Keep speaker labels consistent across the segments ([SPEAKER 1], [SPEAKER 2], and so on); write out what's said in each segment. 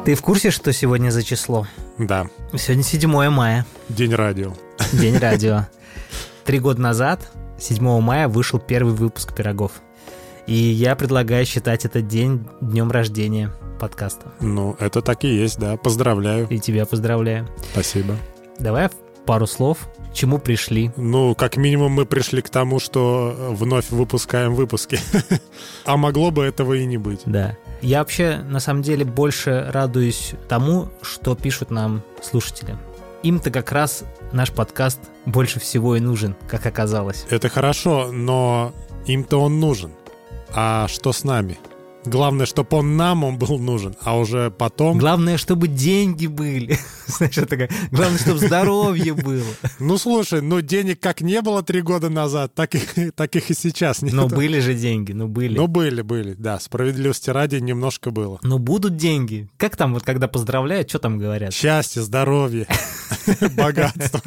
[SPEAKER 1] Ты в курсе, что сегодня за число?
[SPEAKER 2] Да.
[SPEAKER 1] Сегодня 7 мая.
[SPEAKER 2] День радио.
[SPEAKER 1] День радио. 3 года назад, 7 мая, вышел первый выпуск «Пирогов». И я предлагаю считать этот день днем рождения подкаста.
[SPEAKER 2] Ну, это так и есть, да. Поздравляю.
[SPEAKER 1] И тебя поздравляю.
[SPEAKER 2] Спасибо.
[SPEAKER 1] Давай пару слов. К чему пришли?
[SPEAKER 2] Ну, как минимум мы пришли к тому, что вновь выпускаем выпуски. А могло бы этого и не быть.
[SPEAKER 1] Да. Я вообще, на самом деле, больше радуюсь тому, что пишут нам слушатели. Им-то как раз наш подкаст больше всего и нужен, как оказалось.
[SPEAKER 2] Это хорошо, но им-то он нужен. А что с нами? Главное, чтобы он был нужен, а уже потом...
[SPEAKER 1] Главное, чтобы деньги были. Знаешь, такая... Главное, чтобы здоровье было.
[SPEAKER 2] Ну, слушай, денег как не было 3 года назад, так их и сейчас нет.
[SPEAKER 1] Но были же деньги,
[SPEAKER 2] были, да. Справедливости ради немножко было.
[SPEAKER 1] Но будут деньги. Как там, вот когда поздравляют, что там говорят?
[SPEAKER 2] Счастье, здоровье, богатство.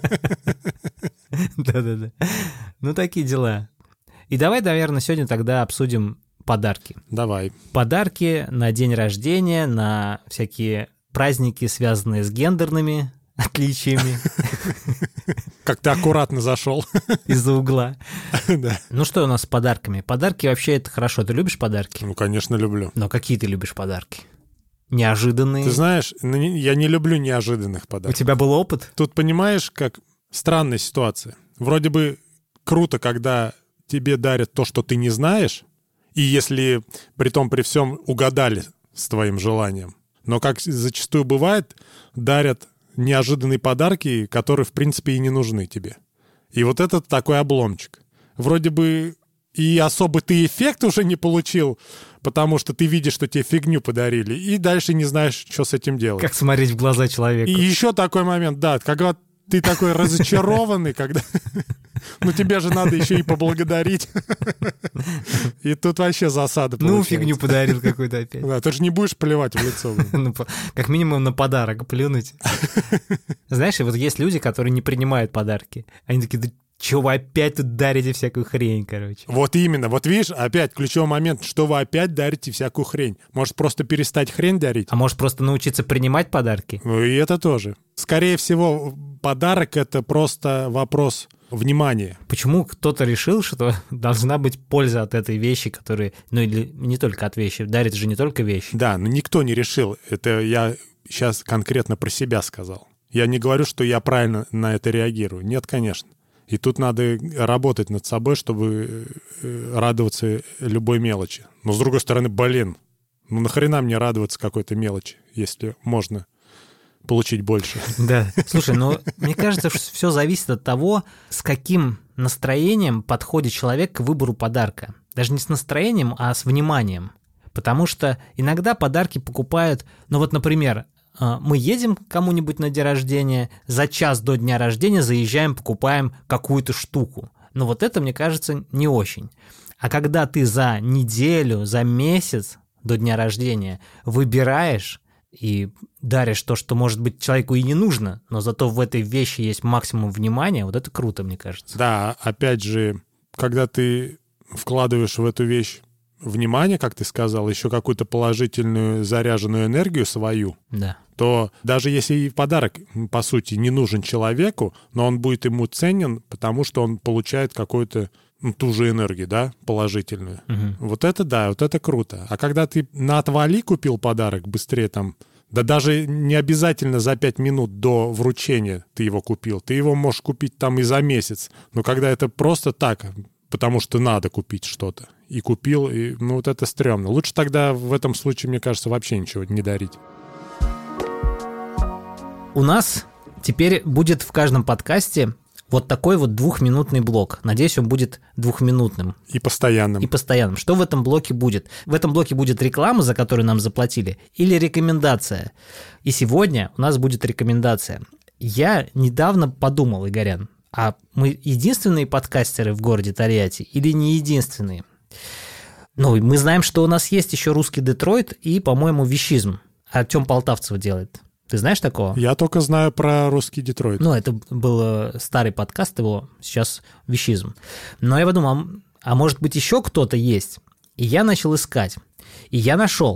[SPEAKER 1] Да-да-да. Ну, такие дела. И давай, наверное, сегодня тогда обсудим подарки.
[SPEAKER 2] Давай.
[SPEAKER 1] Подарки на день рождения, на всякие праздники, связанные с гендерными отличиями.
[SPEAKER 2] Как ты аккуратно зашел.
[SPEAKER 1] Из-за угла.
[SPEAKER 2] Да.
[SPEAKER 1] Ну что у нас с подарками? Подарки вообще это хорошо. Ты любишь подарки?
[SPEAKER 2] Ну, конечно, люблю.
[SPEAKER 1] Но какие ты любишь подарки? Неожиданные?
[SPEAKER 2] Ты знаешь, я не люблю неожиданных подарков.
[SPEAKER 1] У тебя был опыт?
[SPEAKER 2] Тут понимаешь, как странная ситуация. Вроде бы круто, когда тебе дарят то, что ты не знаешь, и если при всем угадали с твоим желанием. Но как зачастую бывает, дарят неожиданные подарки, которые, в принципе, и не нужны тебе. И вот это такой обломчик. Вроде бы и особо ты эффект уже не получил, потому что ты видишь, что тебе фигню подарили, и дальше не знаешь, что с этим делать.
[SPEAKER 1] Как смотреть в глаза человеку.
[SPEAKER 2] И еще такой момент, да, когда ты такой разочарованный, когда... Ну, тебе же надо еще и поблагодарить. И тут вообще засада получается.
[SPEAKER 1] Ну, фигню подарил какую-то опять.
[SPEAKER 2] Да, ты же не будешь плевать в лицо.
[SPEAKER 1] Как минимум на подарок плюнуть. Знаешь, и вот есть люди, которые не принимают подарки. Они такие, да чего вы опять тут дарите всякую хрень, короче.
[SPEAKER 2] Вот именно. Вот видишь, опять ключевой момент, что вы опять дарите всякую хрень. Может, просто перестать хрень дарить?
[SPEAKER 1] А может, просто научиться принимать подарки?
[SPEAKER 2] Ну, и это тоже. Скорее всего, подарок — это просто вопрос внимания.
[SPEAKER 1] Почему кто-то решил, что должна быть польза от этой вещи, которые... Ну, или не только от вещи. Дарит же не только вещи.
[SPEAKER 2] Да, но никто не решил. Это я сейчас конкретно про себя сказал. Я не говорю, что я правильно на это реагирую. Нет, конечно. И тут надо работать над собой, чтобы радоваться любой мелочи. Но, с другой стороны, ну нахрена мне радоваться какой-то мелочи, если можно получить больше?
[SPEAKER 1] Да. Слушай, мне кажется, что все зависит от того, с каким настроением подходит человек к выбору подарка. Даже не с настроением, а с вниманием. Потому что иногда подарки покупают... Ну вот, например... Мы едем к кому-нибудь на день рождения, за час до дня рождения заезжаем, покупаем какую-то штуку. Но вот это, мне кажется, не очень. А когда ты за неделю, за месяц до дня рождения выбираешь и даришь то, что, может быть, человеку и не нужно, но зато в этой вещи есть максимум внимания, вот это круто, мне кажется.
[SPEAKER 2] Да, опять же, когда ты вкладываешь в эту вещь внимание, как ты сказал, еще какую-то положительную заряженную энергию свою,
[SPEAKER 1] да,
[SPEAKER 2] то даже если и подарок, по сути, не нужен человеку, но он будет ему ценен, потому что он получает какую-то ту же энергию, да, положительную.
[SPEAKER 1] Угу.
[SPEAKER 2] Вот это да, вот это круто. А когда ты на отвали купил подарок, быстрее там, да даже не обязательно за 5 минут до вручения ты его купил, ты его можешь купить там и за месяц, но когда это просто так, потому что надо купить что-то, и купил, и, вот это стрёмно. Лучше тогда в этом случае, мне кажется, вообще ничего не дарить.
[SPEAKER 1] У нас теперь будет в каждом подкасте вот такой вот 2-минутный блок. Надеюсь, он будет 2-минутным.
[SPEAKER 2] И постоянным.
[SPEAKER 1] Что в этом блоке будет? В этом блоке будет реклама, за которую нам заплатили, или рекомендация. И сегодня у нас будет рекомендация. Я недавно подумал, Игорян, а мы единственные подкастеры в городе Тольятти или не единственные? Ну, мы знаем, что у нас есть еще русский Детройт и, по-моему, Вещизм. Артем Полтавцев делает. Ты знаешь такого?
[SPEAKER 2] Я только знаю про русский Детройт.
[SPEAKER 1] Ну, это был старый подкаст его, сейчас Вещизм. Но я подумал, а может быть еще кто-то есть? И я начал искать. И я нашел.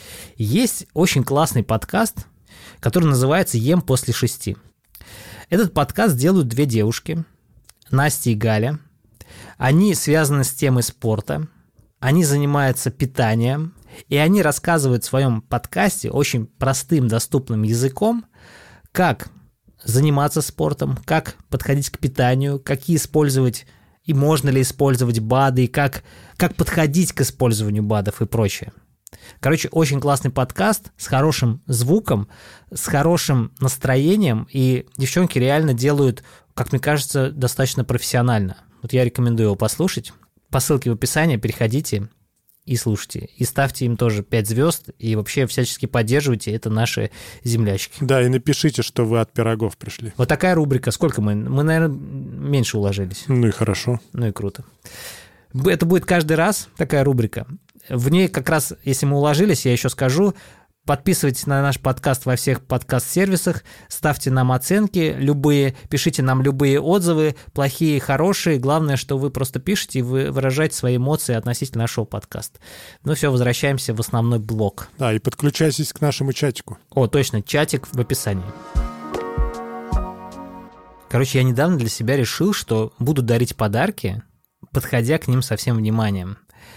[SPEAKER 1] Есть очень классный подкаст, который называется «Ем после 6». Этот подкаст делают две девушки, Настя и Галя. Они связаны с темой спорта, они занимаются питанием, и они рассказывают в своем подкасте очень простым, доступным языком, как заниматься спортом, как подходить к питанию, какие использовать и можно ли использовать БАДы, и как подходить к использованию БАДов и прочее. Короче, очень классный подкаст с хорошим звуком, с хорошим настроением, и девчонки реально делают, как мне кажется, достаточно профессионально. Вот я рекомендую его послушать. По ссылке в описании переходите и слушайте. И ставьте им тоже 5 звезд, и вообще всячески поддерживайте, это наши землячки.
[SPEAKER 2] Да, и напишите, что вы от пирогов пришли.
[SPEAKER 1] Вот такая рубрика. Сколько мы? Мы, наверное, меньше уложились.
[SPEAKER 2] Ну и хорошо.
[SPEAKER 1] Ну и круто. Это будет каждый раз такая рубрика. В ней как раз, если мы уложились, я еще скажу, подписывайтесь на наш подкаст во всех подкаст-сервисах, ставьте нам оценки любые, пишите нам любые отзывы, плохие, хорошие. Главное, что вы просто пишете и вы выражаете свои эмоции относительно нашего подкаста. Ну все, возвращаемся в основной блок.
[SPEAKER 2] Да, и подключайтесь к нашему чатику.
[SPEAKER 1] О, точно, чатик в описании. Короче, я недавно для себя решил, что буду дарить подарки, подходя к ним со всем вниманием.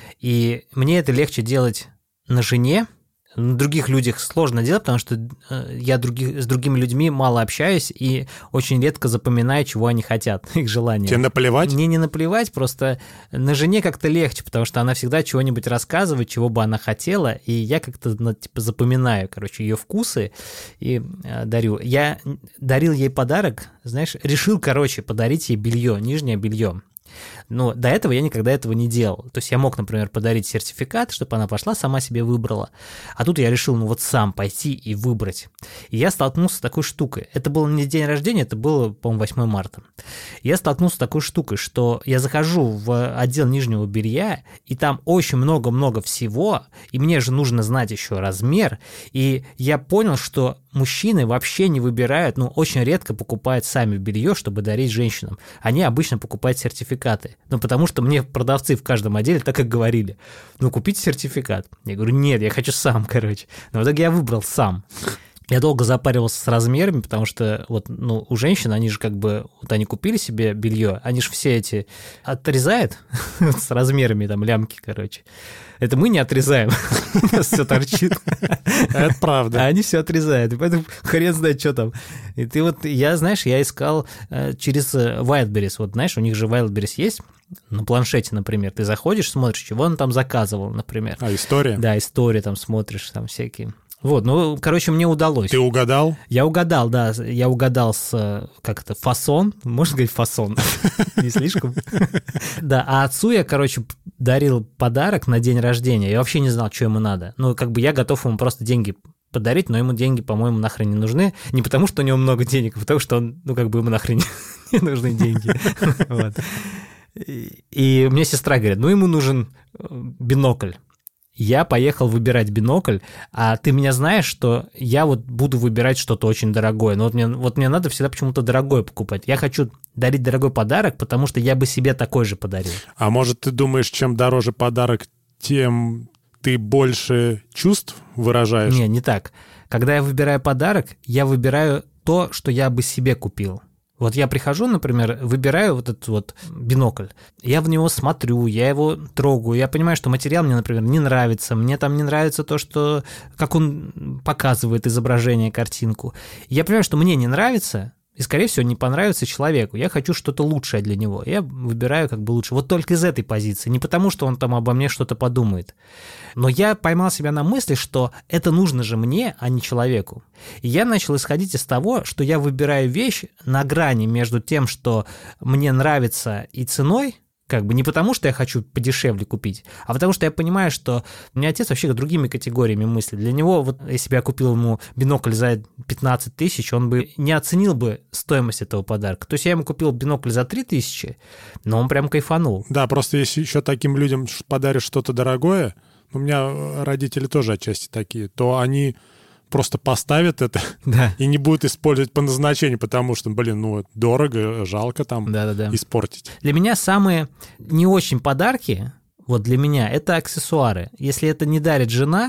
[SPEAKER 1] И мне это легче делать на жене. На других людях сложно делать, потому что я с другими людьми мало общаюсь и очень редко запоминаю, чего они хотят, их желания.
[SPEAKER 2] Тебе наплевать?
[SPEAKER 1] Мне не наплевать, просто на жене как-то легче, потому что она всегда чего-нибудь рассказывает, чего бы она хотела, и я как-то запоминаю, ее вкусы и дарю. Я дарил ей подарок, знаешь, решил, подарить ей белье, нижнее белье. Но до этого я никогда этого не делал. То есть я мог, например, подарить сертификат, чтобы она пошла, сама себе выбрала. А тут я решил, сам пойти и выбрать. И я столкнулся с такой штукой. Это было не день рождения, это было, по-моему, 8 марта. Я столкнулся с такой штукой, что я захожу в отдел нижнего белья, и там очень много-много всего, и мне же нужно знать еще размер. И я понял, что мужчины вообще не выбирают, очень редко покупают сами белье, чтобы дарить женщинам. Они обычно покупают сертификаты. Потому что мне продавцы в каждом отделе так и говорили. Купите сертификат. Я говорю, нет, я хочу сам, Но в итоге я выбрал сам. Я долго запаривался с размерами, потому что у женщин, они же они купили себе белье, они же все эти отрезают с размерами, лямки, Это мы не отрезаем, у нас все торчит.
[SPEAKER 2] Это правда.
[SPEAKER 1] А они все отрезают, и поэтому хрен знает, что там. И я искал через Wildberries, у них же Wildberries есть, на планшете, например, ты заходишь, смотришь, чего он там заказывал, например.
[SPEAKER 2] А, история?
[SPEAKER 1] Да, история, смотришь, всякие. Мне удалось.
[SPEAKER 2] Ты угадал?
[SPEAKER 1] Я угадал, да. Я угадал фасон. Можно сказать фасон? Не слишком? Да, а отцу я, дарил подарок на день рождения. Я вообще не знал, что ему надо. Я готов ему просто деньги подарить, но ему деньги, по-моему, нахрен не нужны. Не потому, что у него много денег, а потому, что он, ему нахрен не нужны деньги. И мне сестра говорит, ему нужен бинокль. Я поехал выбирать бинокль, а ты меня знаешь, что я буду выбирать что-то очень дорогое. Но мне надо всегда почему-то дорогое покупать. Я хочу дарить дорогой подарок, потому что я бы себе такой же подарил.
[SPEAKER 2] А может, ты думаешь, чем дороже подарок, тем ты больше чувств выражаешь?
[SPEAKER 1] Не так. Когда я выбираю подарок, я выбираю то, что я бы себе купил. Я прихожу, например, выбираю этот бинокль, я в него смотрю, я его трогаю, я понимаю, что материал мне, например, не нравится, мне там не нравится то, как он показывает изображение, картинку. Я понимаю, что мне не нравится, и, скорее всего, не понравится человеку. Я хочу что-то лучшее для него. Я выбираю лучше. Только из этой позиции. Не потому, что он там обо мне что-то подумает. Но я поймал себя на мысли, что это нужно же мне, а не человеку. И я начал исходить из того, что я выбираю вещь на грани между тем, что мне нравится, и ценой, не потому, что я хочу подешевле купить, а потому что я понимаю, что у меня отец вообще другими категориями мыслит. Для него, если бы я купил ему бинокль за 15 тысяч, он бы не оценил бы стоимость этого подарка. То есть я ему купил бинокль за 3 тысячи, но он прям кайфанул.
[SPEAKER 2] Да, просто если еще таким людям подаришь что-то дорогое, у меня родители тоже отчасти такие, то они просто поставят это и не будут использовать по назначению, потому что, дорого, жалко испортить.
[SPEAKER 1] Для меня самые не очень подарки, для меня, это аксессуары. Если это не дарит жена,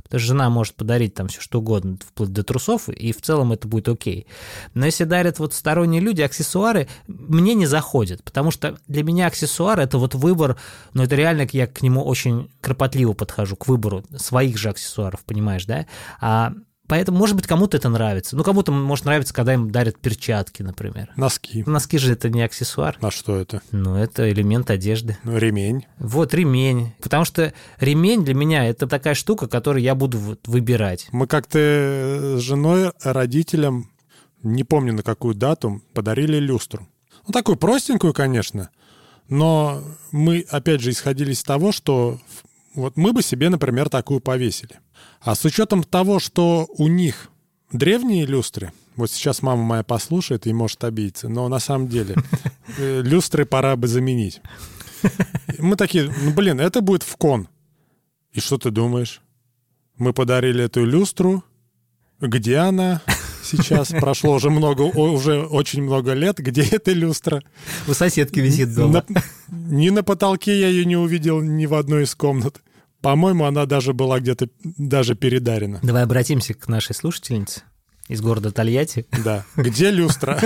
[SPEAKER 1] Потому что жена может подарить там все что угодно, вплоть до трусов, и в целом это будет окей. Но если дарят вот сторонние люди, аксессуары мне не заходят, потому что для меня аксессуар – это вот выбор, но это реально я к нему очень кропотливо подхожу, к выбору своих же аксессуаров, понимаешь, да? Поэтому, может быть, кому-то это нравится. Ну, кому-то может нравиться, когда им дарят перчатки, например.
[SPEAKER 2] Носки.
[SPEAKER 1] Носки же это не аксессуар.
[SPEAKER 2] А что это?
[SPEAKER 1] Ну, это элемент одежды.
[SPEAKER 2] Ну, ремень.
[SPEAKER 1] Вот ремень. Потому что ремень для меня это такая штука, которую я буду вот выбирать.
[SPEAKER 2] Мы как-то с женой родителям, не помню на какую дату, подарили люстру. Ну, такую простенькую, конечно, но мы, опять же, исходили из того, что вот мы бы себе, например, такую повесили. А с учетом того, что у них древние люстры, вот сейчас мама моя послушает и может обидеться, но на самом деле люстры пора бы заменить. Мы такие, это будет в кон. И что ты думаешь? Мы подарили эту люстру. Где она сейчас? Прошло уже очень много лет. Где эта люстра?
[SPEAKER 1] У соседки висит дома.
[SPEAKER 2] Ни на потолке я ее не увидел ни в одной из комнат. По-моему, она даже была где-то даже передарена.
[SPEAKER 1] Давай обратимся к нашей слушательнице из города Тольятти.
[SPEAKER 2] Да. Где люстра?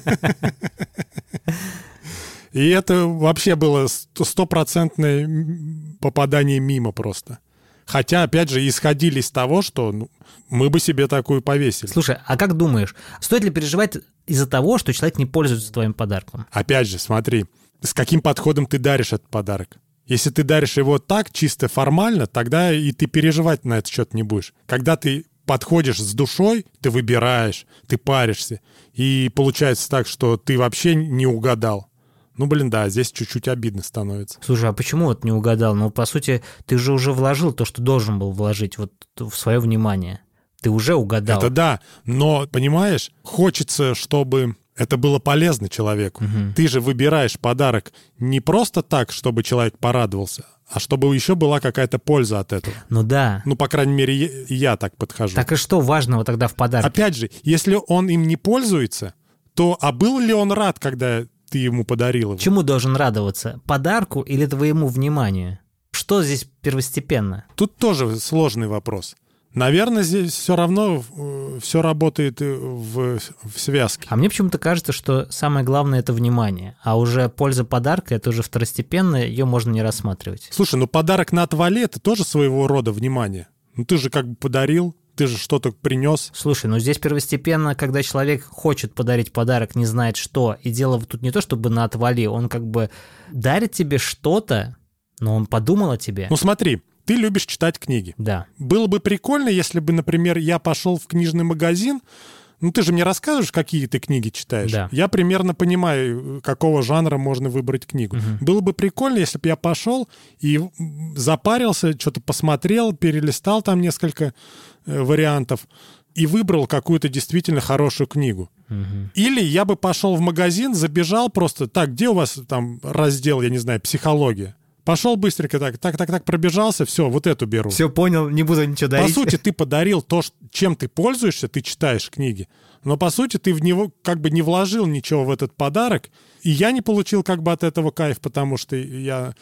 [SPEAKER 2] И это вообще было стопроцентное попадание мимо просто. Хотя, опять же, исходили из того, что мы бы себе такую повесили.
[SPEAKER 1] Слушай, а как думаешь, стоит ли переживать из-за того, что человек не пользуется твоим подарком?
[SPEAKER 2] Опять же, смотри, с каким подходом ты даришь этот подарок. Если ты даришь его так, чисто формально, тогда и ты переживать на этот счет не будешь. Когда ты подходишь с душой, ты выбираешь, ты паришься, и получается так, что ты вообще не угадал. Да, здесь чуть-чуть обидно становится.
[SPEAKER 1] Слушай, а почему вот не угадал? По сути, ты же уже вложил то, что должен был вложить вот в свое внимание. Ты уже угадал.
[SPEAKER 2] Это да, но, понимаешь, хочется, чтобы это было полезно человеку.
[SPEAKER 1] Угу.
[SPEAKER 2] Ты же выбираешь подарок не просто так, чтобы человек порадовался, а чтобы еще была какая-то польза от этого.
[SPEAKER 1] Ну да.
[SPEAKER 2] По крайней мере, я так подхожу.
[SPEAKER 1] Так и что важного тогда в подарке?
[SPEAKER 2] Опять же, если он им не пользуется, то был ли он рад, когда ты ему подарил его?
[SPEAKER 1] Чему должен радоваться? Подарку или твоему вниманию? Что здесь первостепенно?
[SPEAKER 2] Тут тоже сложный вопрос. Наверное, здесь все равно все работает в связке.
[SPEAKER 1] А мне почему-то кажется, что самое главное — это внимание, а уже польза подарка — это уже второстепенно, ее можно не рассматривать.
[SPEAKER 2] Слушай, подарок на отвале — это тоже своего рода внимание. Ты же как бы подарил, ты же что-то принес.
[SPEAKER 1] Слушай, здесь первостепенно, когда человек хочет подарить подарок, не знает что, и дело тут не то, чтобы на отвали, он как бы дарит тебе что-то, но он подумал о тебе.
[SPEAKER 2] Смотри, ты любишь читать книги.
[SPEAKER 1] Да.
[SPEAKER 2] Было бы прикольно, если бы, например, я пошел в книжный магазин. Ты же мне рассказываешь, какие ты книги читаешь.
[SPEAKER 1] Да.
[SPEAKER 2] Я примерно понимаю, какого жанра можно выбрать книгу.
[SPEAKER 1] Угу.
[SPEAKER 2] Было бы прикольно, если бы я пошел и запарился, что-то посмотрел, перелистал там несколько вариантов и выбрал какую-то действительно хорошую книгу.
[SPEAKER 1] Угу.
[SPEAKER 2] Или я бы пошел в магазин, забежал просто, так, где у вас там раздел, я не знаю, психология? Пошел быстренько так пробежался, все, вот эту беру.
[SPEAKER 1] Все понял, не буду ничего дарить.
[SPEAKER 2] По сути, ты подарил то, чем ты пользуешься, ты читаешь книги, но по сути ты в него как бы не вложил ничего в этот подарок, и я не получил как бы от этого кайф, потому что я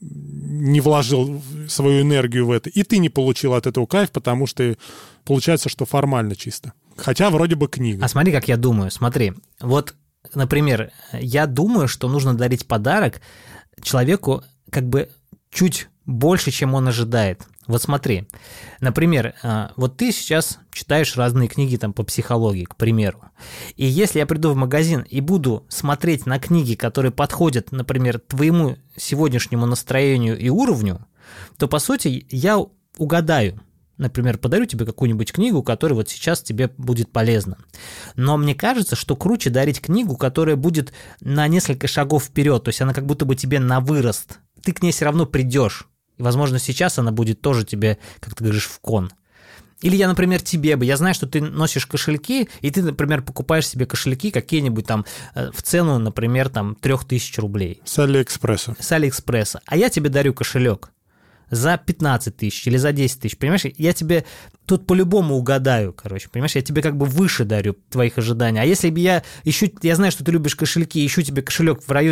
[SPEAKER 2] не вложил свою энергию в это, и ты не получил от этого кайф, потому что получается, что формально чисто. Хотя вроде бы книга.
[SPEAKER 1] А смотри, как я думаю, смотри, вот, например, я думаю, что нужно дарить подарок человеку как бы чуть больше, чем он ожидает. Вот смотри, например, вот ты сейчас читаешь разные книги там по психологии, к примеру, и если я приду в магазин и буду смотреть на книги, которые подходят, например, твоему сегодняшнему настроению и уровню, то, по сути, я угадаю. Например, подарю тебе какую-нибудь книгу, которая вот сейчас тебе будет полезна. Но мне кажется, что круче дарить книгу, которая будет на несколько шагов вперед, то есть она как будто бы тебе на вырост. Ты к ней все равно придешь. И, возможно, сейчас она будет тоже тебе, как ты говоришь, в кон. Или я, например, тебе бы, я знаю, что ты носишь кошельки, и ты, например, покупаешь себе кошельки какие-нибудь там в цену, например, там 3000 рублей.
[SPEAKER 2] С Алиэкспресса.
[SPEAKER 1] С Алиэкспресса. А я тебе дарю кошелек за 15 тысяч или за 10 тысяч, понимаешь? Я тебе тут по-любому угадаю, понимаешь? Я тебе как бы выше дарю твоих ожиданий. А если бы я знаю, что ты любишь кошельки, ищу тебе кошелек в районе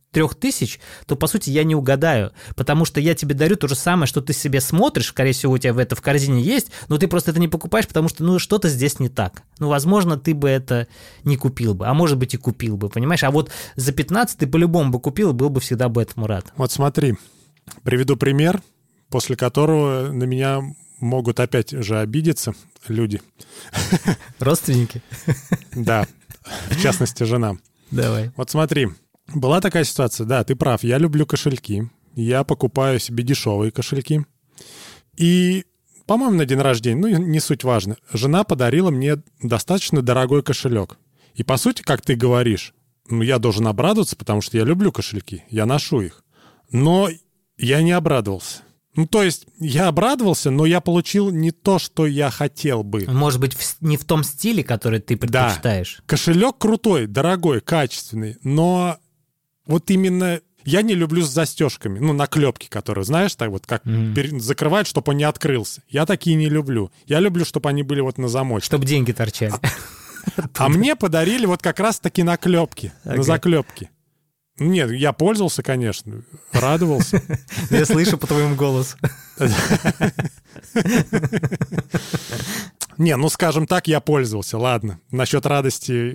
[SPEAKER 1] 3000, то, по сути, я не угадаю, потому что я тебе дарю то же самое, что ты себе смотришь, скорее всего, у тебя это в корзине есть, но ты просто это не покупаешь, потому что, что-то здесь не так. Возможно, ты бы это не купил бы, а может быть и купил бы, понимаешь? А вот за 15 ты по-любому бы купил и был бы всегда бы этому рад.
[SPEAKER 2] Вот смотри, приведу пример, после которого на меня могут опять же обидеться люди.
[SPEAKER 1] Родственники?
[SPEAKER 2] Да, в частности, жена.
[SPEAKER 1] Давай.
[SPEAKER 2] Вот смотри, была такая ситуация, да, ты прав, я люблю кошельки, я покупаю себе дешевые кошельки. И, по-моему, на день рождения, не суть важно, жена подарила мне достаточно дорогой кошелек. И, по сути, как ты говоришь, я должен обрадоваться, потому что я люблю кошельки, я ношу их. Но я не обрадовался. То есть я обрадовался, но я получил не то, что я хотел бы.
[SPEAKER 1] Может быть, не в том стиле, который ты предпочитаешь.
[SPEAKER 2] Да. Кошелек крутой, дорогой, качественный, но вот именно я не люблю с застежками, наклепки, которые, знаешь, так вот как закрывают, чтобы он не открылся. Я такие не люблю. Я люблю, чтобы они были вот на замочке.
[SPEAKER 1] Чтобы деньги торчали.
[SPEAKER 2] А мне подарили вот как раз-таки наклепки, на заклепки. Нет, я пользовался, конечно, радовался.
[SPEAKER 1] Я слышу по твоему голосу.
[SPEAKER 2] Не, скажем так, я пользовался, ладно. Насчет радости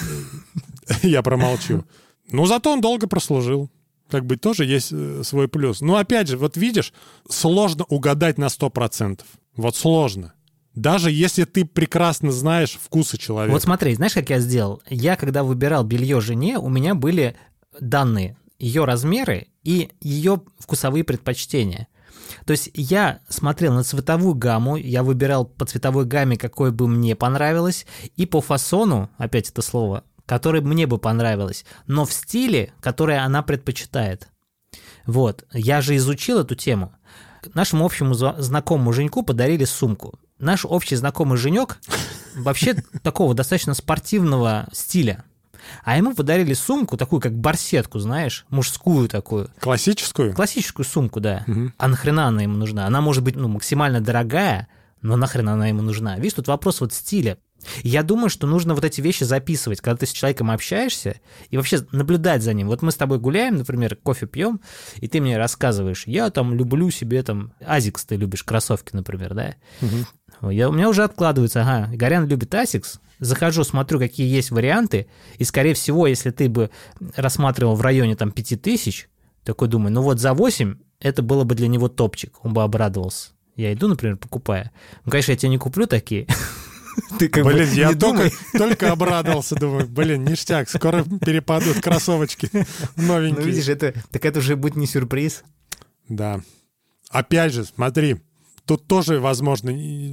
[SPEAKER 2] я промолчу. Зато он долго прослужил. Как бы тоже есть свой плюс. Опять же, вот видишь, сложно угадать на 100%. Вот сложно. Даже если ты прекрасно знаешь вкусы человека.
[SPEAKER 1] Вот смотри, знаешь, как я сделал? Я, когда выбирал белье жене, у меня были данные, ее размеры и ее вкусовые предпочтения. То есть я смотрел на цветовую гамму, я выбирал по цветовой гамме, какой бы мне понравилось, и по фасону, опять это слово, который мне бы понравилось, но в стиле, который она предпочитает. Вот, я же изучил эту тему. Нашему общему знакомому Женьку подарили сумку. Наш общий знакомый Женек вообще такого достаточно спортивного стиля. А ему подарили сумку, такую как барсетку, знаешь, мужскую такую.
[SPEAKER 2] Классическую?
[SPEAKER 1] Классическую сумку, да. Угу. А нахрена она ему нужна? Она может быть максимально дорогая, но нахрена она ему нужна? Видишь, тут вопрос вот стиля. Я думаю, что нужно вот эти вещи записывать, когда ты с человеком общаешься, и вообще наблюдать за ним. Вот мы с тобой гуляем, например, кофе пьем, и ты мне рассказываешь, я там люблю себе там, Азикс ты любишь, кроссовки, например, да? Угу. У меня уже откладывается, Игорян любит Asics, захожу, смотрю, какие есть варианты, и, скорее всего, если ты бы рассматривал в районе там 5000, такой думаю, вот за 8 это было бы для него топчик, он бы обрадовался. Я иду, например, покупаю. Конечно, я тебе не куплю такие. Ты
[SPEAKER 2] я только обрадовался, думаю, ништяк, скоро перепадут кроссовочки новенькие.
[SPEAKER 1] Видишь, это уже будет не сюрприз.
[SPEAKER 2] Да. Опять же, смотри, тут тоже, возможно,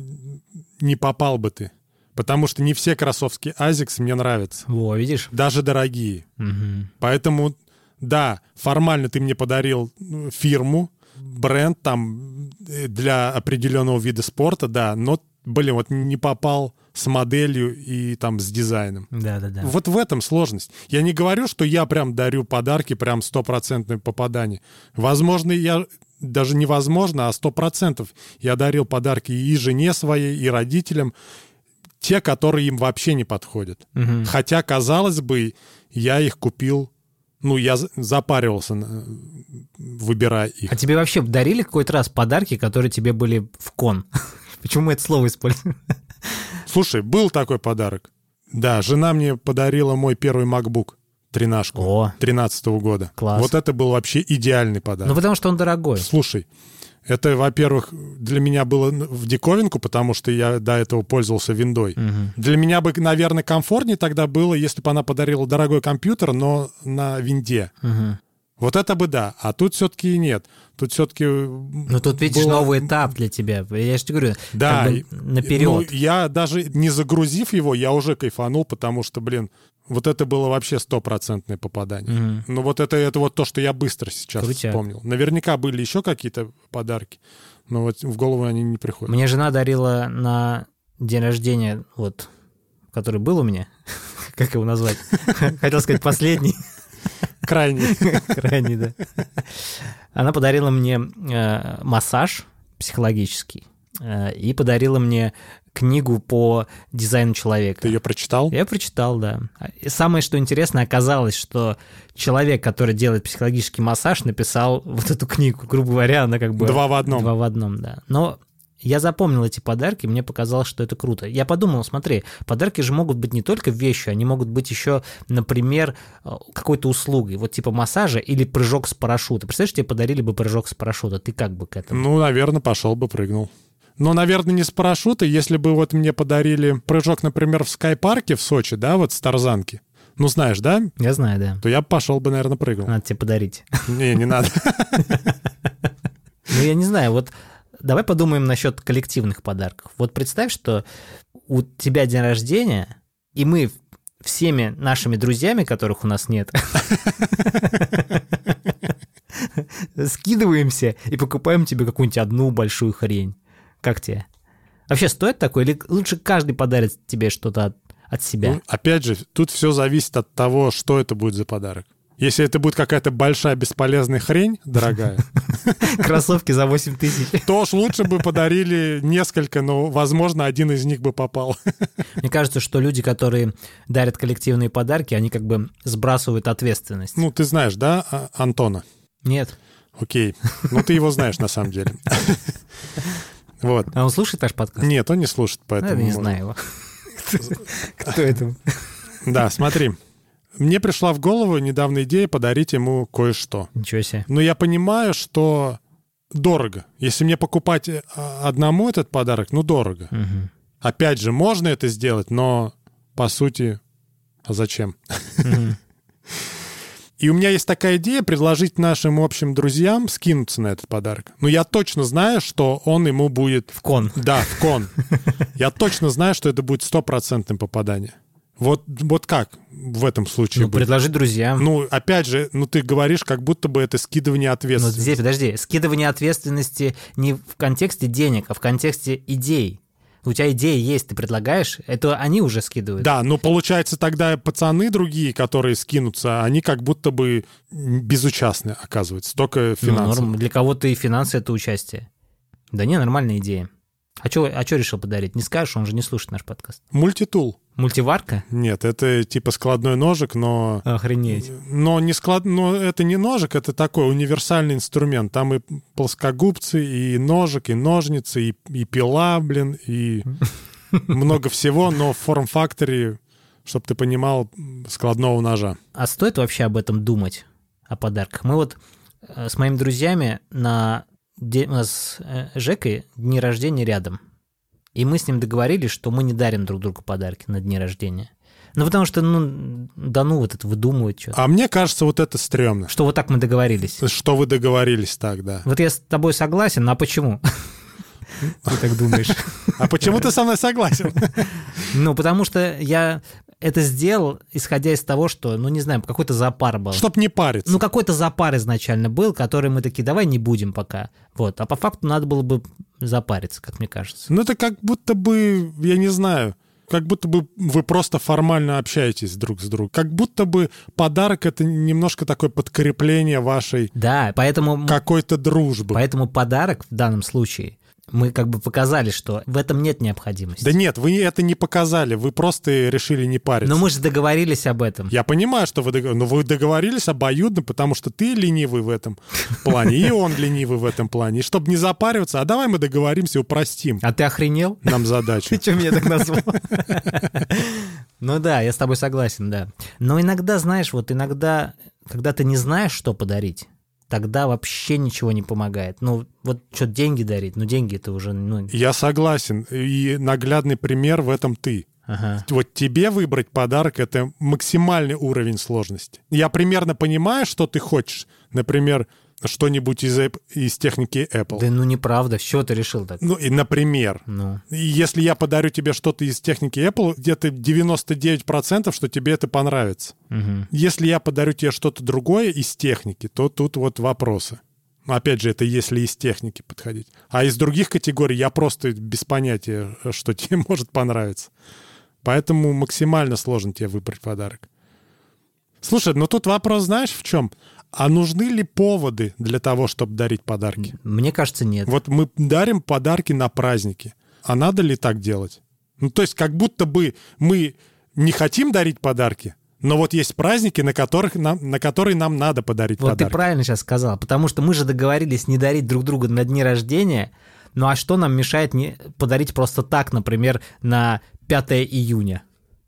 [SPEAKER 2] не попал бы ты. Потому что не все кроссовки Asics мне нравятся.
[SPEAKER 1] Во, видишь?
[SPEAKER 2] Даже дорогие.
[SPEAKER 1] Угу.
[SPEAKER 2] Поэтому, да, формально ты мне подарил фирму, бренд там для определенного вида спорта, да, но, вот не попал с моделью и там с дизайном.
[SPEAKER 1] Да.
[SPEAKER 2] Вот в этом сложность. Я не говорю, что я прям дарю подарки, прям 100% попадание. Возможно, даже невозможно, а 100% я дарил подарки и жене своей, и родителям, те, которые им вообще не подходят. Угу. Хотя, казалось бы, я их купил, я запаривался, выбирая их.
[SPEAKER 1] А тебе вообще дарили какой-то раз подарки, которые тебе были в кон? Почему мы это слово используем?
[SPEAKER 2] Слушай, был такой подарок. Да, жена мне подарила мой первый MacBook. 13-шку 13-го года.
[SPEAKER 1] Класс.
[SPEAKER 2] Вот это был вообще идеальный подарок.
[SPEAKER 1] Потому что он дорогой.
[SPEAKER 2] Слушай, это, во-первых, для меня было в диковинку, потому что я до этого пользовался виндой. Угу. Для меня бы, наверное, комфортнее тогда было, если бы она подарила дорогой компьютер, но на винде.
[SPEAKER 1] Угу.
[SPEAKER 2] Вот это бы да. А тут все-таки нет. Тут все-таки...
[SPEAKER 1] тут, видишь, новый этап для тебя. Я же тебе говорю,
[SPEAKER 2] да,
[SPEAKER 1] как бы наперед.
[SPEAKER 2] Я даже не загрузив его, я уже кайфанул, потому что, вот это было вообще 100% попадание.
[SPEAKER 1] Угу.
[SPEAKER 2] Вот это вот то, что я быстро сейчас вспомнил. Наверняка были еще какие-то подарки, но вот в голову они не приходят.
[SPEAKER 1] Мне жена дарила на день рождения, который был у меня, как его назвать? Хотел сказать последний.
[SPEAKER 2] Крайний.
[SPEAKER 1] Крайний, да. Она подарила мне массаж психологический. и подарила мне книгу по дизайну человека.
[SPEAKER 2] Ты ее прочитал?
[SPEAKER 1] Я прочитал, да. И самое, что интересно, оказалось, что человек, который делает психологический массаж, написал вот эту книгу. Грубо говоря, она как бы...
[SPEAKER 2] 2 в 1.
[SPEAKER 1] 2 в 1, да. Но я запомнил эти подарки, мне показалось, что это круто. Я подумал, смотри, подарки же могут быть не только вещью, они могут быть еще, например, какой-то услугой, вот типа массажа или прыжок с парашюта. Представляешь, тебе подарили бы прыжок с парашюта, ты как бы к этому?
[SPEAKER 2] Ну, наверное, пошел бы, прыгнул. Но, наверное, не с парашюта. Если бы вот мне подарили прыжок, например, в скайпарке в Сочи, да, вот с тарзанки, ну, знаешь, да?
[SPEAKER 1] Я знаю, да.
[SPEAKER 2] То я пошел бы, наверное, прыгал.
[SPEAKER 1] Надо тебе подарить.
[SPEAKER 2] Не надо.
[SPEAKER 1] Ну, я не знаю, вот давай подумаем насчет коллективных подарков. Вот представь, что у тебя день рождения, и мы всеми нашими друзьями, которых у нас нет, скидываемся и покупаем тебе какую-нибудь одну большую хрень. Как тебе? Вообще стоит такое? Или лучше каждый подарит тебе что-то от себя?
[SPEAKER 2] Ну, опять же, тут все зависит от того, что это будет за подарок. Если это будет какая-то большая бесполезная хрень, дорогая,
[SPEAKER 1] Кроссовки за 8 тысяч.
[SPEAKER 2] то уж лучше бы подарили несколько, но, возможно, один из них бы попал.
[SPEAKER 1] Мне кажется, что люди, которые дарят коллективные подарки, они как бы сбрасывают ответственность.
[SPEAKER 2] Ну, ты знаешь, да, Антона?
[SPEAKER 1] Нет.
[SPEAKER 2] Окей. Ну, ты его знаешь, на самом деле. Вот.
[SPEAKER 1] А он слушает наш подкаст?
[SPEAKER 2] Нет, он не слушает, поэтому...
[SPEAKER 1] Я не знаю его. Кто это?
[SPEAKER 2] Да, смотри. Мне пришла в голову недавно идея подарить ему кое-что.
[SPEAKER 1] Ничего себе.
[SPEAKER 2] Но я понимаю, что дорого. Если мне покупать одному этот подарок, ну, дорого.
[SPEAKER 1] Угу.
[SPEAKER 2] Опять же, можно это сделать, но, по сути, а зачем?
[SPEAKER 1] Угу.
[SPEAKER 2] И у меня есть такая идея предложить нашим общим друзьям скинуться на этот подарок. Но я точно знаю, что он ему будет...
[SPEAKER 1] В кон.
[SPEAKER 2] Да, в кон. Я точно знаю, что это будет 100% попадание. Вот как в этом случае
[SPEAKER 1] Ну,
[SPEAKER 2] быть?
[SPEAKER 1] предложи друзьям.
[SPEAKER 2] Ну, опять же, ты говоришь, как будто бы это скидывание
[SPEAKER 1] Но
[SPEAKER 2] ответственности.
[SPEAKER 1] здесь, подожди, скидывание ответственности не в контексте денег, а в контексте идей. У тебя идея есть, ты предлагаешь, это они уже скидывают.
[SPEAKER 2] Да, но получается тогда пацаны другие, которые скинутся, они как будто бы безучастны, оказывается, только финансово.
[SPEAKER 1] Ну, для кого-то и финансы — это участие. Да не, нормальная идея. А что решил подарить? Не скажешь, он же не слушает наш подкаст.
[SPEAKER 2] Мультитул.
[SPEAKER 1] Мультиварка?
[SPEAKER 2] Нет, это типа складной ножик, но...
[SPEAKER 1] Охренеть.
[SPEAKER 2] Но это не ножик, это такой универсальный инструмент. Там и плоскогубцы, и ножик, и ножницы, и пила, и много всего, но в форм-факторе, чтобы ты понимал, складного ножа.
[SPEAKER 1] А стоит вообще об этом думать, о подарках? Мы вот с моими друзьями у нас с Жекой дни рождения рядом. И мы с ним договорились, что мы не дарим друг другу подарки на дни рождения. Ну, потому что, вот это выдумывать что-то.
[SPEAKER 2] А мне кажется, вот это стрёмно.
[SPEAKER 1] Что вот так мы договорились.
[SPEAKER 2] Что вы договорились так, да.
[SPEAKER 1] Вот я с тобой согласен, а почему? Ты так думаешь?
[SPEAKER 2] А почему ты со мной согласен?
[SPEAKER 1] Ну, потому что я это сделал, исходя из того, что, не знаю, какой-то запар был.
[SPEAKER 2] Чтоб не париться.
[SPEAKER 1] Ну, какой-то запар изначально был, который мы такие, давай не будем пока. Вот. А по факту надо было бы запариться, как мне кажется.
[SPEAKER 2] Ну, это как будто бы, я не знаю, как будто бы вы просто формально общаетесь друг с другом. Как будто бы подарок — это немножко такое подкрепление вашей
[SPEAKER 1] поэтому
[SPEAKER 2] какой-то дружбы.
[SPEAKER 1] Поэтому подарок в данном случае мы как бы показали, что в этом нет необходимости.
[SPEAKER 2] Да нет, вы это не показали, вы просто решили не париться.
[SPEAKER 1] Но мы же договорились об этом.
[SPEAKER 2] Я понимаю, что вы договорились обоюдно, потому что ты ленивый в этом плане, и он ленивый в этом плане. И чтобы не запариваться, а давай мы договоримся и упростим.
[SPEAKER 1] А ты охренел?
[SPEAKER 2] Нам задачу.
[SPEAKER 1] Ты что меня так назвал? Ну да, я с тобой согласен, да. Но иногда, знаешь, когда ты не знаешь, что подарить, тогда вообще ничего не помогает. Вот что, деньги дарить? Деньги это уже...
[SPEAKER 2] Я согласен. И наглядный пример в этом ты.
[SPEAKER 1] Ага.
[SPEAKER 2] Вот тебе выбрать подарок — это максимальный уровень сложности. Я примерно понимаю, что ты хочешь. Например, что-нибудь из техники Apple.
[SPEAKER 1] Да неправда. С чего ты решил так?
[SPEAKER 2] И, например. И если я подарю тебе что-то из техники Apple, где-то 99%, что тебе это понравится.
[SPEAKER 1] Угу.
[SPEAKER 2] Если я подарю тебе что-то другое из техники, то тут вот вопросы. Опять же, это если из техники подходить. А из других категорий я просто без понятия, что тебе может понравиться. Поэтому максимально сложно тебе выбрать подарок. Слушай, тут вопрос знаешь в чем? А нужны ли поводы для того, чтобы дарить подарки?
[SPEAKER 1] Мне кажется, нет.
[SPEAKER 2] Вот мы дарим подарки на праздники. А надо ли так делать? Ну, то есть как будто бы мы не хотим дарить подарки, но вот есть праздники, на которые нам надо подарить
[SPEAKER 1] вот
[SPEAKER 2] подарки.
[SPEAKER 1] Ты правильно сейчас сказал, потому что мы же договорились не дарить друг другу на дни рождения, ну а что нам мешает не подарить просто так, например, на 5 июня?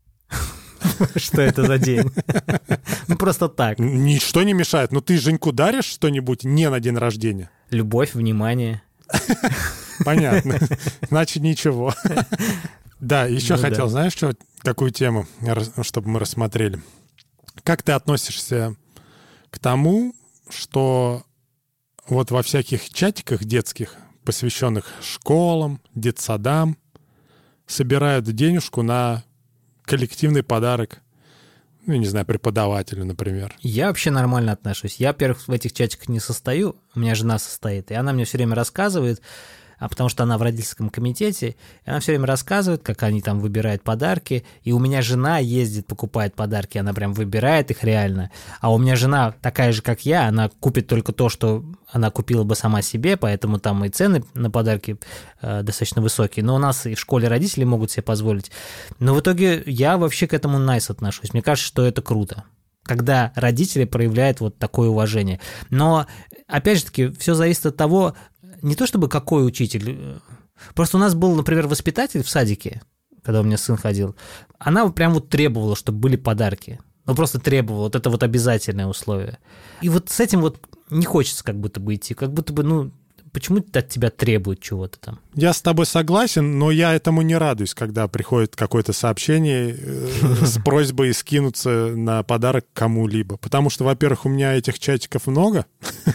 [SPEAKER 1] Что это за день? Ну, просто так.
[SPEAKER 2] Ничто не мешает. Но ты Женьку даришь что-нибудь не на день рождения?
[SPEAKER 1] Любовь, внимание.
[SPEAKER 2] Понятно. Значит, ничего. Да, еще хотел, знаешь, какую тему, чтобы мы рассмотрели? Как ты относишься к тому, что вот во всяких чатиках детских, посвященных школам, детсадам, собирают денежку на коллективный подарок, ну, не знаю, преподавателю, например?
[SPEAKER 1] Я вообще нормально отношусь. Я, во-первых, в этих чатиках не состою, у меня жена состоит, и она мне все время рассказывает, потому что она в родительском комитете, и она все время рассказывает, как они там выбирают подарки, и у меня жена ездит, покупает подарки, она прям выбирает их реально, а у меня жена такая же, как я, она купит только то, что она купила бы сама себе, поэтому там и цены на подарки достаточно высокие, но у нас и в школе родители могут себе позволить. Но в итоге я вообще к этому найс отношусь, мне кажется, что это круто, когда родители проявляют вот такое уважение. Но, опять же таки, все зависит от того, не то чтобы какой учитель. Просто у нас был, например, воспитатель в садике, когда у меня сын ходил. Она прям вот требовала, чтобы были подарки. Ну, просто требовала. Вот это вот обязательное условие. И вот с этим вот не хочется как будто бы идти. Как будто бы, ну, почему от тебя требуют чего-то там?
[SPEAKER 2] Я с тобой согласен, но я этому не радуюсь, когда приходит какое-то сообщение с просьбой скинуться на подарок кому-либо. Потому что, во-первых, у меня этих чатиков много,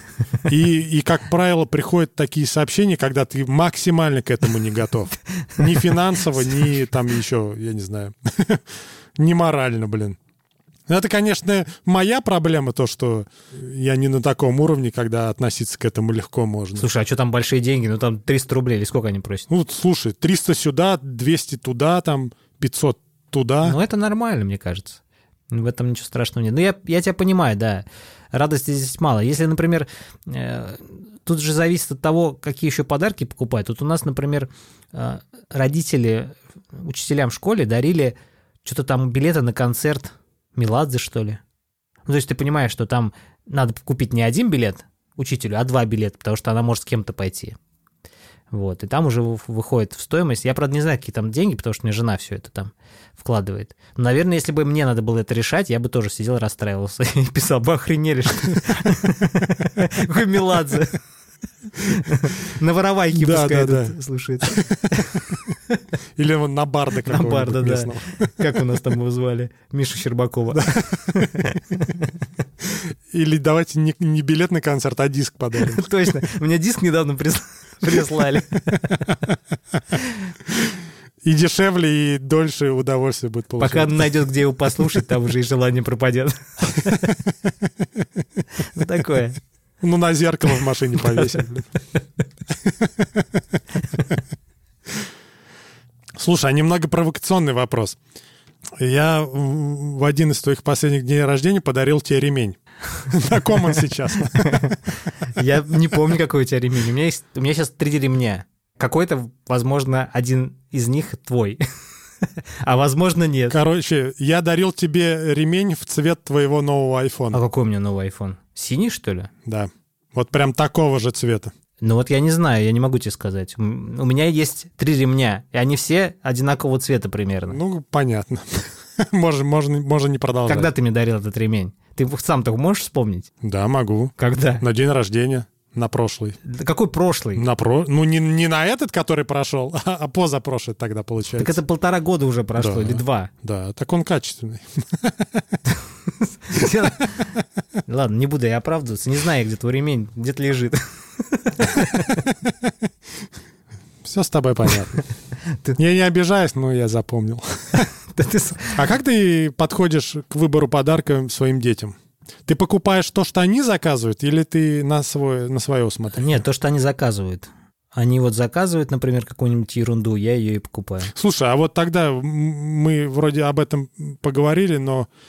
[SPEAKER 2] и, как правило, приходят такие сообщения, когда ты максимально к этому не готов. Ни финансово, ни там еще, я не знаю, ни морально, блин. Это, конечно, моя проблема, то, что я не на таком уровне, когда относиться к этому легко можно.
[SPEAKER 1] Слушай, а что там большие деньги? Ну, там 300 рублей или сколько они просят?
[SPEAKER 2] Ну, слушай, 300 сюда, 200 туда, там 500 туда.
[SPEAKER 1] Ну, это нормально, мне кажется. В этом ничего страшного нет. Ну, я тебя понимаю, да. Радости здесь мало. Если, например, тут же зависит от того, какие еще подарки покупать. Тут у нас, например, родители учителям в школе дарили что-то там билеты на концерт Меладзе, что ли. Ну, то есть ты понимаешь, что там надо купить не один билет учителю, а 2 билета, потому что она может с кем-то пойти. Вот, и там уже выходит в стоимость. Я, правда, не знаю, какие там деньги, потому что мне жена все это там вкладывает. Но, наверное, если бы мне надо было это решать, я бы тоже сидел, расстраивался и писал: вы охренели, что ли? Какой Меладзе. На воровайке пускай этот слушает.
[SPEAKER 2] Или вон на барда какого-нибудь. На барда,
[SPEAKER 1] да. Как у нас там его звали? Мишу Щербакова.
[SPEAKER 2] Или давайте не билет на концерт, а диск подарим.
[SPEAKER 1] Точно. Мне диск недавно прислали.
[SPEAKER 2] И дешевле, и дольше удовольствие будет получать.
[SPEAKER 1] Пока найдет, где его послушать, там уже и желание пропадет. Ну, такое.
[SPEAKER 2] Ну, на зеркало в машине повесить. Слушай, а немного провокационный вопрос. Я в один из твоих последних дней рождения подарил тебе ремень. На ком он сейчас?
[SPEAKER 1] Я не помню, какой у тебя ремень. У меня сейчас 3 ремня. Какой-то, возможно, один из них твой. А возможно, нет.
[SPEAKER 2] Короче, я дарил тебе ремень в цвет твоего нового айфона.
[SPEAKER 1] А какой у меня новый айфон? Синий, что ли?
[SPEAKER 2] Да. Вот прям такого же цвета.
[SPEAKER 1] Ну вот я не знаю, я не могу тебе сказать. У меня есть 3 ремня, и они все одинакового цвета примерно.
[SPEAKER 2] Ну, понятно. Можно не продолжать.
[SPEAKER 1] Когда ты мне дарил этот ремень? Ты сам так можешь вспомнить?
[SPEAKER 2] Да, могу.
[SPEAKER 1] Когда?
[SPEAKER 2] На день рождения. На прошлый.
[SPEAKER 1] Какой прошлый?
[SPEAKER 2] Ну, не на этот, который прошел, а позапрошлый тогда получается.
[SPEAKER 1] Так это 1,5 года уже прошло, да, или 2.
[SPEAKER 2] Да, так он качественный.
[SPEAKER 1] Ладно, не буду я оправдываться. Не знаю, где твой ремень, где-то лежит.
[SPEAKER 2] Все с тобой понятно. Я не обижаюсь, но я запомнил. А как ты подходишь к выбору подарка своим детям? Ты покупаешь то, что они заказывают, или ты на свое смотришь?
[SPEAKER 1] Нет, то, что они заказывают. Они вот заказывают, например, какую-нибудь ерунду, я ее и покупаю.
[SPEAKER 2] Слушай, а вот тогда мы вроде об этом поговорили, но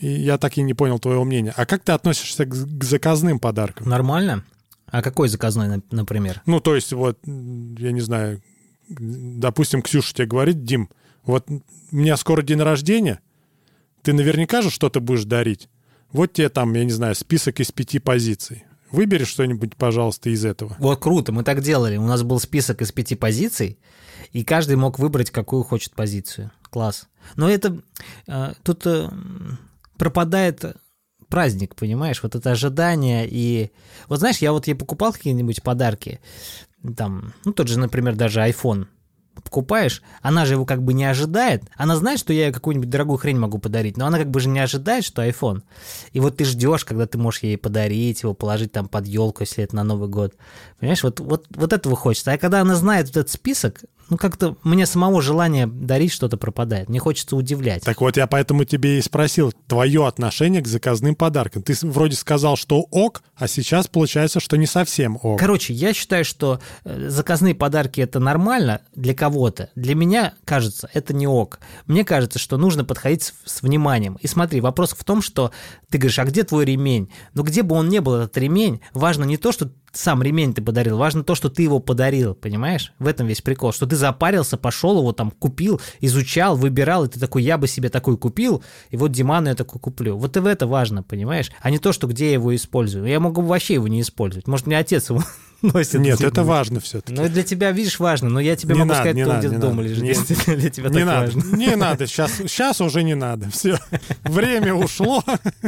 [SPEAKER 2] И я так и не понял твоего мнения. А как ты относишься к заказным подаркам?
[SPEAKER 1] Нормально. А какой заказной, например?
[SPEAKER 2] Ну, то есть, вот, я не знаю, допустим, Ксюша тебе говорит: Дим, вот у меня скоро день рождения, ты наверняка же что-то будешь дарить. Вот тебе там, я не знаю, список из 5 позиций. Выбери что-нибудь, пожалуйста, из этого.
[SPEAKER 1] Вот круто, мы так делали. У нас был список из 5 позиций, и каждый мог выбрать, какую хочет позицию. Класс. Но это тут пропадает праздник, понимаешь? Вот это ожидание. И вот знаешь, я ей покупал какие-нибудь подарки, там, ну тот же, например, даже iPhone покупаешь, она же его как бы не ожидает. Она знает, что я ей какую-нибудь дорогую хрень могу подарить, но она как бы же не ожидает, что iPhone. И вот ты ждешь, когда ты можешь ей подарить, его положить там под елку, если это на Новый год. Понимаешь, вот этого хочется. А когда она знает вот этот список, ну как-то мне самого желание дарить что-то пропадает. Мне хочется удивлять.
[SPEAKER 2] Так вот, я поэтому тебе и спросил твое отношение к заказным подаркам. Ты вроде сказал, что ок, а сейчас получается, что не совсем ок.
[SPEAKER 1] Короче, я считаю, что заказные подарки — это нормально для кого-то. Для меня, кажется, это не ок. Мне кажется, что нужно подходить с вниманием. И смотри, вопрос в том, что ты говоришь: а где твой ремень? Но где бы он ни был, этот ремень, важно не то, что сам ремень ты подарил, важно то, что ты его подарил, понимаешь? В этом весь прикол, что ты запарился, пошел его там купил, изучал, выбирал, и ты такой: я бы себе такой купил, и вот Диману я такой куплю. Вот и в это важно, понимаешь? А не то, что где я его использую. Я могу вообще его не использовать. Может, мне отец его носит.
[SPEAKER 2] Нет, это важно все-таки.
[SPEAKER 1] Ну, для тебя, видишь, важно, но я тебе могу сказать, кто где-то дома лежит, если для тебя так важно.
[SPEAKER 2] Не надо, сейчас уже не надо. Все, время ушло.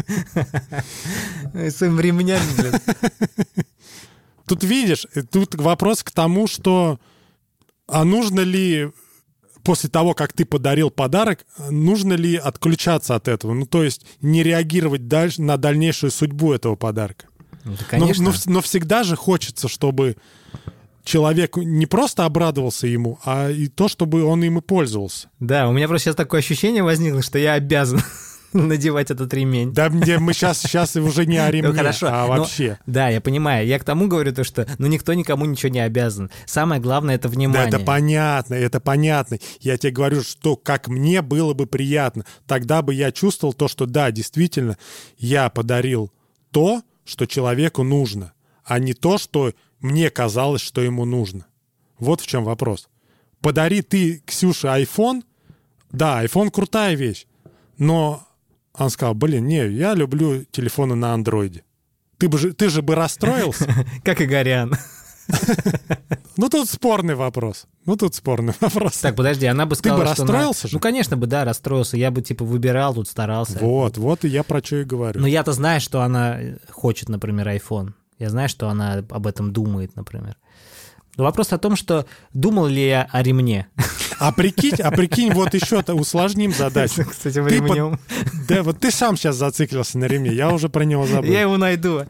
[SPEAKER 1] Своим ремнями, блин.
[SPEAKER 2] Тут видишь, тут вопрос к тому, что а нужно ли после того, как ты подарил подарок, нужно ли отключаться от этого? Ну, то есть не реагировать дальше на дальнейшую судьбу этого подарка.
[SPEAKER 1] Да, конечно.
[SPEAKER 2] Но всегда же хочется, чтобы человек не просто обрадовался ему, а и то, чтобы он им и пользовался.
[SPEAKER 1] Да, у меня просто сейчас такое ощущение возникло, что я обязан надевать этот ремень.
[SPEAKER 2] Да, мы сейчас уже не о ремне, а вообще.
[SPEAKER 1] Да, я понимаю. Я к тому говорю, то, что никто никому ничего не обязан. Самое главное — это внимание.
[SPEAKER 2] Да, это понятно. Я тебе говорю, что как мне было бы приятно. Тогда бы я чувствовал то, что да, действительно, я подарил то, что человеку нужно, а не то, что мне казалось, что ему нужно. Вот в чем вопрос. Подари ты, Ксюше, iPhone. Да, iPhone — крутая вещь, но он сказал: блин, не, я люблю телефоны на андроиде. Ты же бы расстроился?
[SPEAKER 1] Как Игорян.
[SPEAKER 2] Ну, тут спорный вопрос.
[SPEAKER 1] Так, подожди, она бы сказала,
[SPEAKER 2] ты бы расстроился же?
[SPEAKER 1] Ну, конечно бы, да, расстроился. Я бы, выбирал, тут старался.
[SPEAKER 2] Вот и я про что и говорю.
[SPEAKER 1] Но я-то знаю, что она хочет, например, iPhone. Я знаю, что она об этом думает, например. Но вопрос о том, что думал ли я о ремне.
[SPEAKER 2] А прикинь, вот еще-то усложним задачу.
[SPEAKER 1] Кстати, ремнем.
[SPEAKER 2] Да, вот ты сам сейчас зациклился на ремне, я уже про него забыл.
[SPEAKER 1] Я его найду.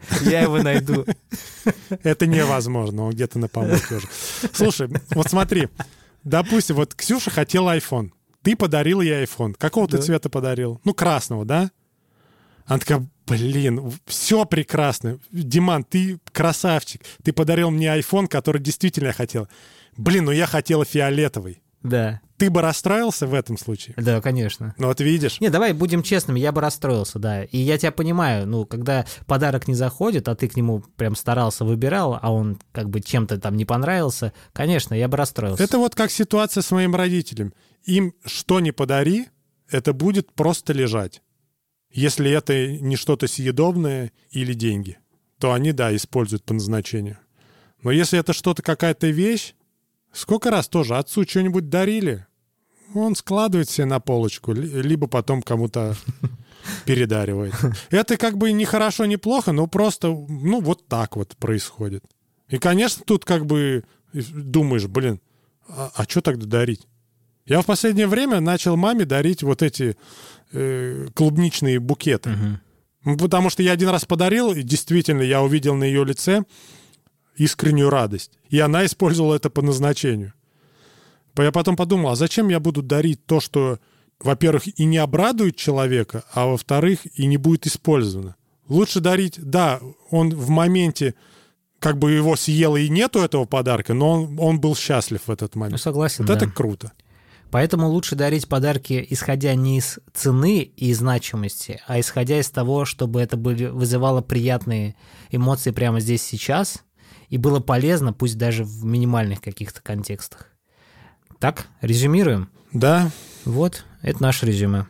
[SPEAKER 2] Это невозможно, он где-то на помойке уже. Слушай, вот смотри, допустим, вот Ксюша хотела iPhone, ты подарил ей iPhone. Какого ты цвета подарил? Ну, красного, да? Она такая: блин, все прекрасно. Диман, ты красавчик. Ты подарил мне iPhone, который действительно я хотел. Блин, ну я хотела фиолетовый.
[SPEAKER 1] Да.
[SPEAKER 2] Ты бы расстроился в этом случае?
[SPEAKER 1] Да, конечно.
[SPEAKER 2] Ну вот видишь.
[SPEAKER 1] Не, давай будем честными, я бы расстроился, да. И я тебя понимаю, когда подарок не заходит, а ты к нему прям старался, выбирал, а он как бы чем-то там не понравился, конечно, я бы расстроился.
[SPEAKER 2] Это вот как ситуация с моим родителем. Им что ни подари, это будет просто лежать. Если это не что-то съедобное или деньги, то они, да, используют по назначению. Но если это что-то, какая-то вещь, сколько раз тоже отцу что-нибудь дарили, он складывает себе на полочку, либо потом кому-то передаривает. Это как бы не хорошо, не плохо, но просто, вот так вот происходит. И, конечно, тут как бы думаешь: блин, а что тогда дарить? Я в последнее время начал маме дарить вот эти клубничные букеты. Потому что я один раз подарил, и действительно я увидел на ее лице искреннюю радость. И она использовала это по назначению. Я потом подумал: а зачем я буду дарить то, что, во-первых, и не обрадует человека, а во-вторых, и не будет использовано? Лучше дарить, да, он в моменте как бы его съел и нету этого подарка, но он был счастлив в этот момент.
[SPEAKER 1] Ну, согласен,
[SPEAKER 2] вот
[SPEAKER 1] да.
[SPEAKER 2] Это круто.
[SPEAKER 1] Поэтому лучше дарить подарки, исходя не из цены и значимости, а исходя из того, чтобы это вызывало приятные эмоции прямо здесь сейчас и было полезно, пусть даже в минимальных каких-то контекстах. Так, резюмируем?
[SPEAKER 2] Да.
[SPEAKER 1] Вот, это наше резюме.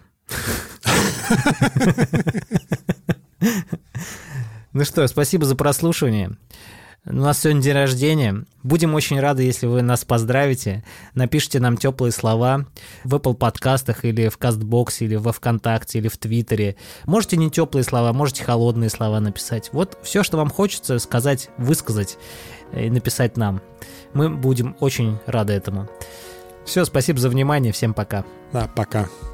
[SPEAKER 1] Ну что, спасибо за прослушивание. У нас сегодня день рождения. Будем очень рады, если вы нас поздравите. Напишите нам теплые слова в Apple подкастах или в Кастбоксе, или во ВКонтакте, или в Твиттере. Можете не теплые слова, можете холодные слова написать. Вот все, что вам хочется сказать, высказать и написать нам. Мы будем очень рады этому. Все, спасибо за внимание. Всем пока.
[SPEAKER 2] Да, пока.